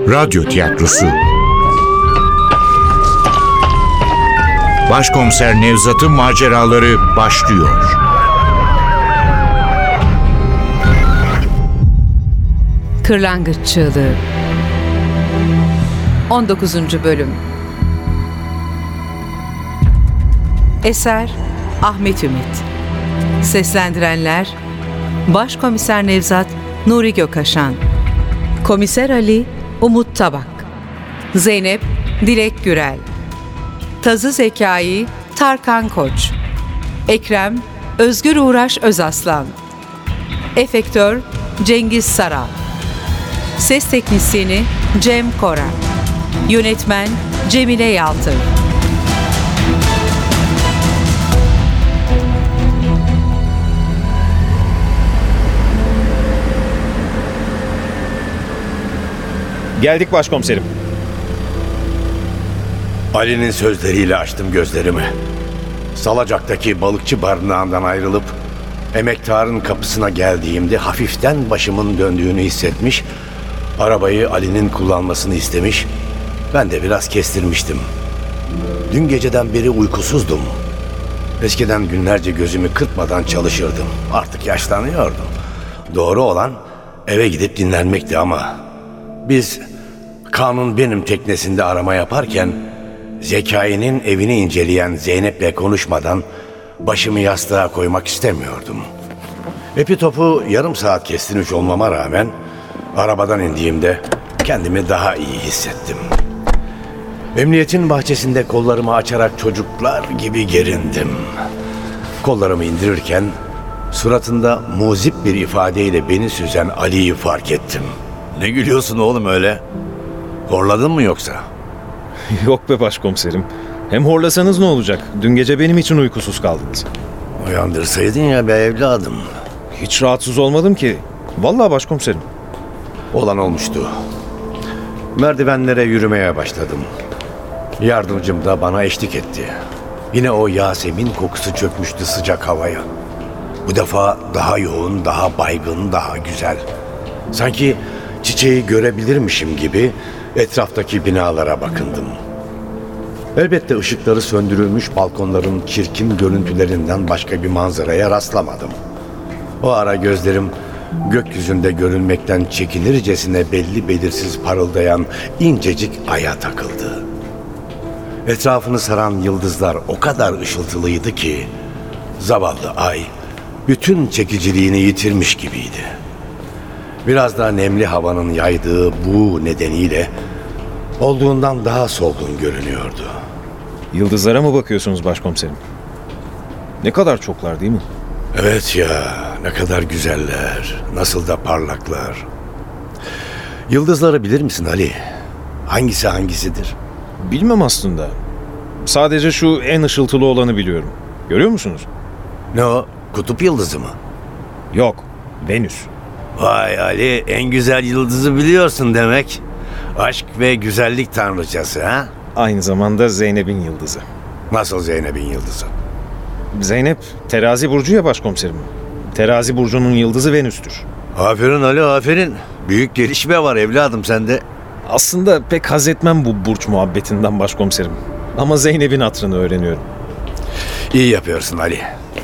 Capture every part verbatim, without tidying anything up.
Radyo tiyatrosu. Başkomiser Nevzat'ın maceraları başlıyor. Kırlangıç Çığlığı on dokuzuncu Bölüm. Eser Ahmet Ümit. Seslendirenler Başkomiser Nevzat Nuri Gökaşan, Komiser Ali Umut Tabak, Zeynep Dilek Gürel, Tazı Zekai Tarkan Koç, Ekrem Özgür Uğraş Özaslan, Efektör Cengiz Saral, Ses Teknisyeni Cem Koran, Yönetmen Cemile Yaltır. Geldik başkomiserim. Ali'nin sözleriyle açtım gözlerimi. Salacak'taki balıkçı barınağından ayrılıp emektarın kapısına geldiğimde hafiften başımın döndüğünü hissetmiş, arabayı Ali'nin kullanmasını istemiş, ben de biraz kestirmiştim. Dün geceden beri uykusuzdum. Eskiden günlerce gözümü kırpmadan çalışırdım. Artık yaşlanıyordum. Doğru olan eve gidip dinlenmekti ama biz Kanun Benim teknesinde arama yaparken Zekai'nin evini inceleyen Zeynep'le konuşmadan başımı yastığa koymak istemiyordum. Epitop'u yarım saat kestirmiş olmama rağmen arabadan indiğimde kendimi daha iyi hissettim. Emniyetin bahçesinde kollarımı açarak çocuklar gibi gerindim. Kollarımı indirirken suratında muzip bir ifadeyle beni süzen Ali'yi fark ettim. Ne gülüyorsun oğlum öyle? Horladın mı yoksa? Yok be başkomiserim. Hem horlasanız ne olacak? Dün gece benim için uykusuz kaldınız. Uyandırsaydın ya be evladım. Hiç rahatsız olmadım ki. Vallahi başkomiserim. Olan olmuştu. Merdivenlere yürümeye başladım. Yardımcım da bana eşlik etti. Yine o Yasemin kokusu çökmüştü sıcak havaya. Bu defa daha yoğun, daha baygın, daha güzel. Sanki çiçeği görebilirmişim gibi etraftaki binalara bakındım. Elbette ışıkları söndürülmüş balkonların çirkin görüntülerinden başka bir manzaraya rastlamadım. O ara gözlerim gökyüzünde görülmekten çekinircesine belli belirsiz parıldayan incecik aya takıldı. Etrafını saran yıldızlar o kadar ışıltılıydı ki zavallı ay bütün çekiciliğini yitirmiş gibiydi. Biraz daha nemli havanın yaydığı bu nedeniyle olduğundan daha solgun görünüyordu. Yıldızlara mı bakıyorsunuz başkomiserim? Ne kadar çoklar değil mi? Evet ya, ne kadar güzeller, nasıl da parlaklar. Yıldızları bilir misin Ali? Hangisi hangisidir? Bilmem aslında. Sadece şu en ışıltılı olanı biliyorum. Görüyor musunuz? Ne o? Kutup yıldızı mı? Yok, Venüs. Vay Ali, en güzel yıldızı biliyorsun demek. Aşk ve güzellik tanrıçası ha? Aynı zamanda Zeynep'in yıldızı. Nasıl Zeynep'in yıldızı? Zeynep terazi burcu ya başkomiserim. Terazi burcunun yıldızı Venüs'tür. Aferin Ali, aferin. Büyük gelişme var evladım sende. Aslında pek haz etmem bu burç muhabbetinden başkomiserim. Ama Zeynep'in hatırını öğreniyorum. İyi yapıyorsun Ali.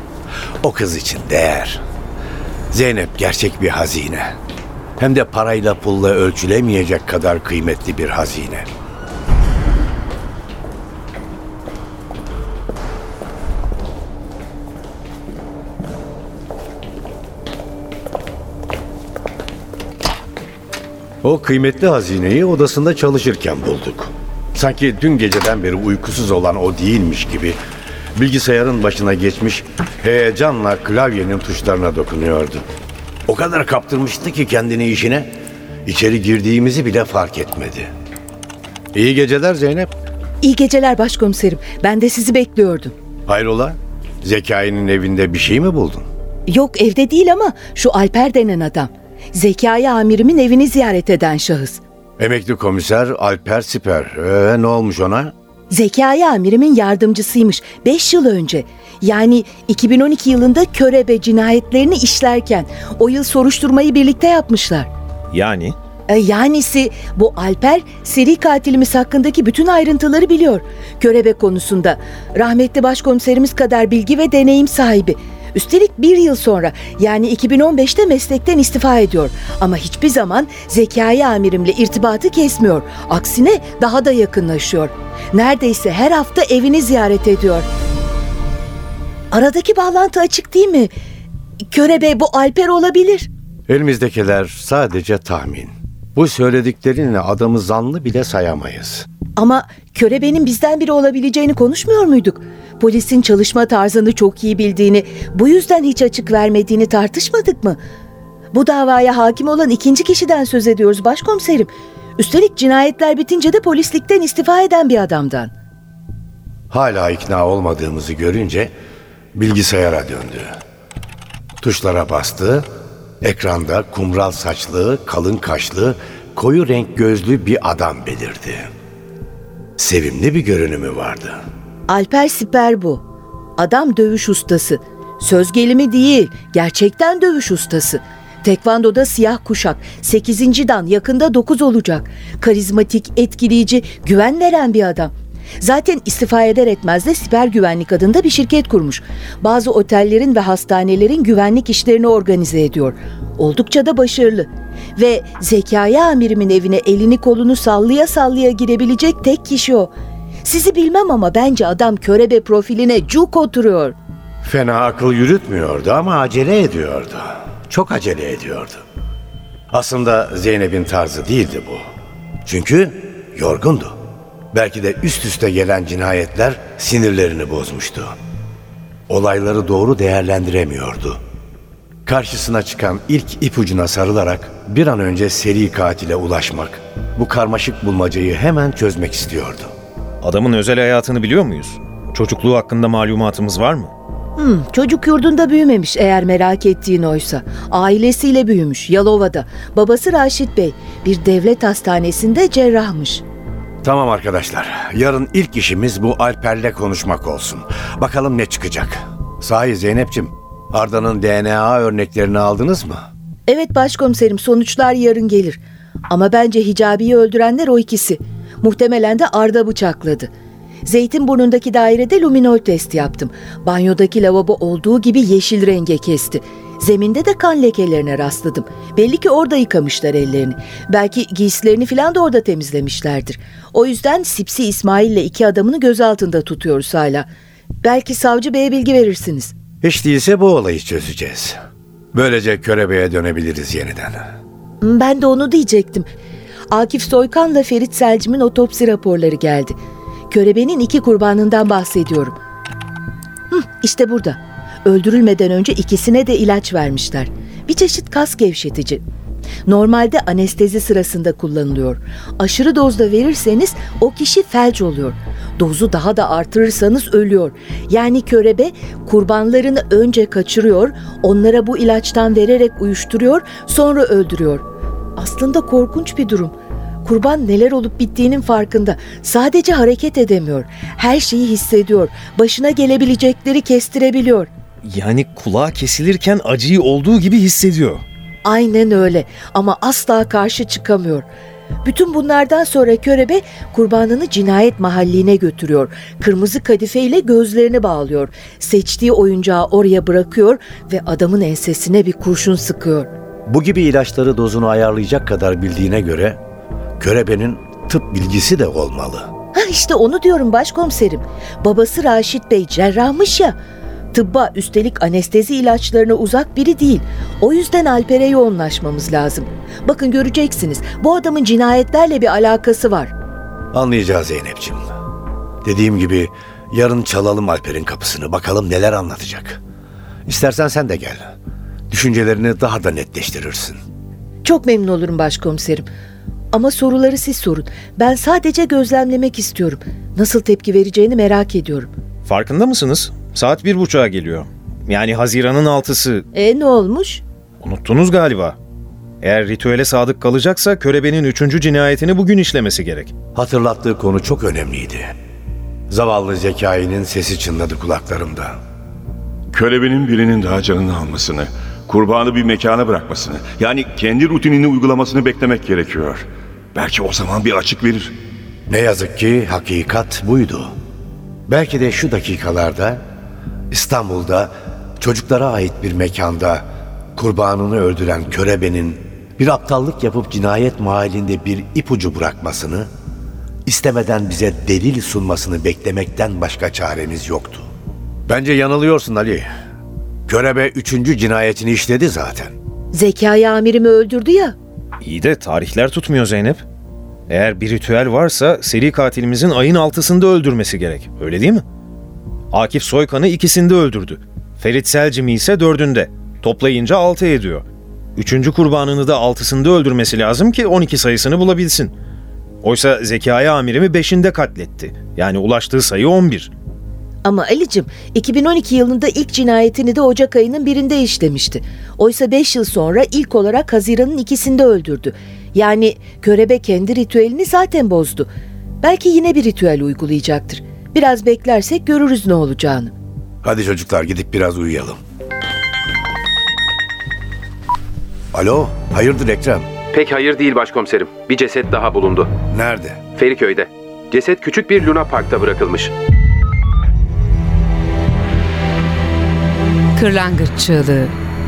O kız için değer. Zeynep gerçek bir hazine. Hem de parayla pulla ölçülemeyecek kadar kıymetli bir hazine. O kıymetli hazineyi odasında çalışırken bulduk. Sanki dün geceden beri uykusuz olan o değilmiş gibi bilgisayarın başına geçmiş, heyecanla klavyenin tuşlarına dokunuyordu. O kadar kaptırmıştı ki kendini işine, içeri girdiğimizi bile fark etmedi. İyi geceler Zeynep. İyi geceler başkomiserim. Ben de sizi bekliyordum. Hayrola? Zekai'nin evinde bir şey mi buldun? Yok, evde değil ama şu Alper denen adam. Zekai amirimin evini ziyaret eden şahıs. Emekli komiser Alper Siper. Ee, ne olmuş ona? Zekai amirimin yardımcısıymış beş yıl önce. Yani iki bin on iki yılında körebe cinayetlerini işlerken o yıl soruşturmayı birlikte yapmışlar. Yani? E, yanisi bu Alper seri katilimiz hakkındaki bütün ayrıntıları biliyor. Körebe konusunda rahmetli başkomiserimiz kadar bilgi ve deneyim sahibi. Üstelik bir yıl sonra yani iki bin on beşte meslekten istifa ediyor. Ama hiçbir zaman Zekai amirimle irtibatı kesmiyor. Aksine daha da yakınlaşıyor. Neredeyse her hafta evini ziyaret ediyor. Aradaki bağlantı açık değil mi? Körebe bu Alper olabilir. Elimizdekiler sadece tahmin. Bu söylediklerinle adamı zanlı bile sayamayız. Ama Körebe'nin bizden biri olabileceğini konuşmuyor muyduk? Polisin çalışma tarzını çok iyi bildiğini, bu yüzden hiç açık vermediğini tartışmadık mı? Bu davaya hakim olan ikinci kişiden söz ediyoruz başkomiserim. Üstelik cinayetler bitince de polislikten istifa eden bir adamdan. Hala ikna olmadığımızı görünce bilgisayara döndü. Tuşlara bastı. Ekranda kumral saçlı, kalın kaşlı, koyu renk gözlü bir adam belirdi. Sevimli bir görünümü vardı. Alper Siper bu. Adam dövüş ustası. Söz gelimi değil, gerçekten dövüş ustası. Tekvando'da siyah kuşak, sekizinci dan, yakında dokuz olacak. Karizmatik, etkileyici, güven veren bir adam. Zaten istifa eder etmez de Siper Güvenlik adında bir şirket kurmuş. Bazı otellerin ve hastanelerin güvenlik işlerini organize ediyor. Oldukça da başarılı. Ve Zekai amirimin evine elini kolunu sallaya sallaya girebilecek tek kişi o. Sizi bilmem ama bence adam körebe profiline cuk oturuyor. Fena akıl yürütmüyordu ama acele ediyordu. Çok acele ediyordu. Aslında Zeynep'in tarzı değildi bu. Çünkü yorgundu. Belki de üst üste gelen cinayetler sinirlerini bozmuştu. Olayları doğru değerlendiremiyordu. Karşısına çıkan ilk ipucuna sarılarak bir an önce seri katile ulaşmak, bu karmaşık bulmacayı hemen çözmek istiyordu. Adamın özel hayatını biliyor muyuz? Çocukluğu hakkında malumatımız var mı? Hmm, çocuk yurdunda büyümemiş eğer merak ettiğin oysa. Ailesiyle büyümüş Yalova'da. Babası Raşit Bey bir devlet hastanesinde cerrahmış. Tamam arkadaşlar, yarın ilk işimiz bu Alper'le konuşmak olsun. Bakalım ne çıkacak. Sahi Zeynep'ciğim, Arda'nın D N A örneklerini aldınız mı? Evet başkomiserim, sonuçlar yarın gelir. Ama bence Hicabi'yi öldürenler o ikisi. Muhtemelen de Arda bıçakladı. Zeytinburnu'ndaki dairede luminol testi yaptım. Banyodaki lavabo olduğu gibi yeşil renge kesti. Zeminde de kan lekelerine rastladım. Belli ki orada yıkamışlar ellerini. Belki giysilerini falan da orada temizlemişlerdir. O yüzden Sipsi İsmail'le iki adamını gözaltında tutuyoruz hala. Belki savcı beye bilgi verirsiniz. Hiç değilse bu olayı çözeceğiz. Böylece Körebe'ye dönebiliriz yeniden. Ben de onu diyecektim. Akif Soykan'la Ferit Selcim'in otopsi raporları geldi. Körebe'nin iki kurbanından bahsediyorum. Hı, işte burada. Öldürülmeden önce ikisine de ilaç vermişler. Bir çeşit kas gevşetici. Normalde anestezi sırasında kullanılıyor. Aşırı dozda verirseniz o kişi felç oluyor. Dozu daha da artırırsanız ölüyor. Yani körebe kurbanlarını önce kaçırıyor, onlara bu ilaçtan vererek uyuşturuyor, sonra öldürüyor. Aslında korkunç bir durum. Kurban neler olup bittiğinin farkında. Sadece hareket edemiyor. Her şeyi hissediyor. Başına gelebilecekleri kestirebiliyor. Yani kulağı kesilirken acıyı olduğu gibi hissediyor. Aynen öyle ama asla karşı çıkamıyor. Bütün bunlardan sonra körebe kurbanını cinayet mahalline götürüyor. Kırmızı kadife ile gözlerini bağlıyor. Seçtiği oyuncağı oraya bırakıyor ve adamın ensesine bir kurşun sıkıyor. Bu gibi ilaçları dozunu ayarlayacak kadar bildiğine göre Körebe'nin tıp bilgisi de olmalı. Ha işte onu diyorum başkomiserim. Babası Raşit Bey cerrahmış ya. Tıbba üstelik anestezi ilaçlarına uzak biri değil. O yüzden Alper'e yoğunlaşmamız lazım. Bakın göreceksiniz, bu adamın cinayetlerle bir alakası var. Anlayacağız Zeynep'ciğim. Dediğim gibi yarın çalalım Alper'in kapısını, bakalım neler anlatacak. İstersen sen de gel. Düşüncelerini daha da netleştirirsin. Çok memnun olurum başkomiserim. Ama soruları siz sorun. Ben sadece gözlemlemek istiyorum. Nasıl tepki vereceğini merak ediyorum. Farkında mısınız? Saat bir buçuğa geliyor. Yani Haziran'ın altısı. E ne olmuş? Unuttunuz galiba. Eğer ritüele sadık kalacaksa Körebe'nin üçüncü cinayetini bugün işlemesi gerek. Hatırlattığı konu çok önemliydi. Zavallı Zekai'nin sesi çınladı kulaklarımda. Körebenin birinin daha canını almasını, kurbanı bir mekana bırakmasını, yani kendi rutinini uygulamasını beklemek gerekiyor. Belki o zaman bir açık verir. Ne yazık ki hakikat buydu. Belki de şu dakikalarda İstanbul'da çocuklara ait bir mekanda kurbanını öldüren körebenin bir aptallık yapıp cinayet mahallinde bir ipucu bırakmasını, istemeden bize delil sunmasını beklemekten başka çaremiz yoktu. Bence yanılıyorsun Ali. Körebe üçüncü cinayetini işledi zaten. Zekai amirimi öldürdü ya. İyi de tarihler tutmuyor Zeynep. Eğer bir ritüel varsa seri katilimizin ayın altısında öldürmesi gerek. Öyle değil mi? Akif Soykan'ı ikisinde öldürdü. Ferit Selcim'i ise dördünde. Toplayınca altı ediyor. Üçüncü kurbanını da altısında öldürmesi lazım ki on iki sayısını bulabilsin. Oysa Zekai amirimi beşinde katletti. Yani ulaştığı sayı on bir. Ama Ali'cim iki bin on iki yılında ilk cinayetini de Ocak ayının birinde işlemişti. Oysa beş yıl sonra ilk olarak Haziran'ın ikisinde öldürdü. Yani körebe kendi ritüelini zaten bozdu. Belki yine bir ritüel uygulayacaktır. Biraz beklersek görürüz ne olacağını. Hadi çocuklar gidip biraz uyuyalım. Alo, hayırdır Ekrem? Pek hayır değil başkomiserim. Bir ceset daha bulundu. Nerede? Feriköy'de. Ceset küçük bir Luna Park'ta bırakılmış. Kırlangıç Çığlığı.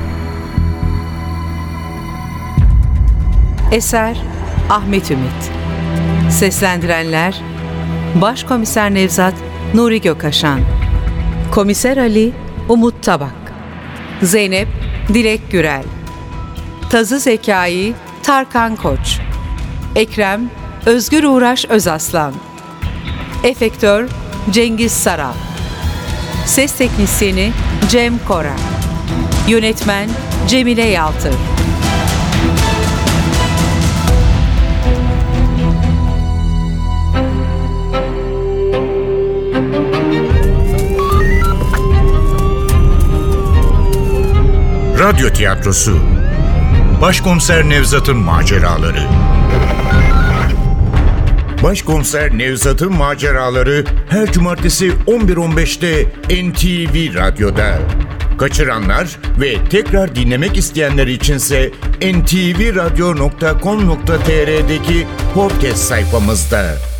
Eser Ahmet Ümit. Seslendirenler Başkomiser Nevzat Nuri Gökaşan, Komiser Ali Umut Tabak, Zeynep Dilek Gürel, Tazı Zekai Tarkan Koç, Ekrem Özgür Uğraş Özaslan, Efektör Cengiz Saral, Ses Teknisyeni Cem Kora, Yönetmen Cemile Yaltır. Radyo tiyatrosu Başkomiser Nevzat'ın maceraları. Başkomiser Nevzat'ın maceraları her cumartesi on bir on beşte N T V Radyo'da. Kaçıranlar ve tekrar dinlemek isteyenler içinse en ti vi radyo nokta com nokta tr''deki podcast sayfamızda.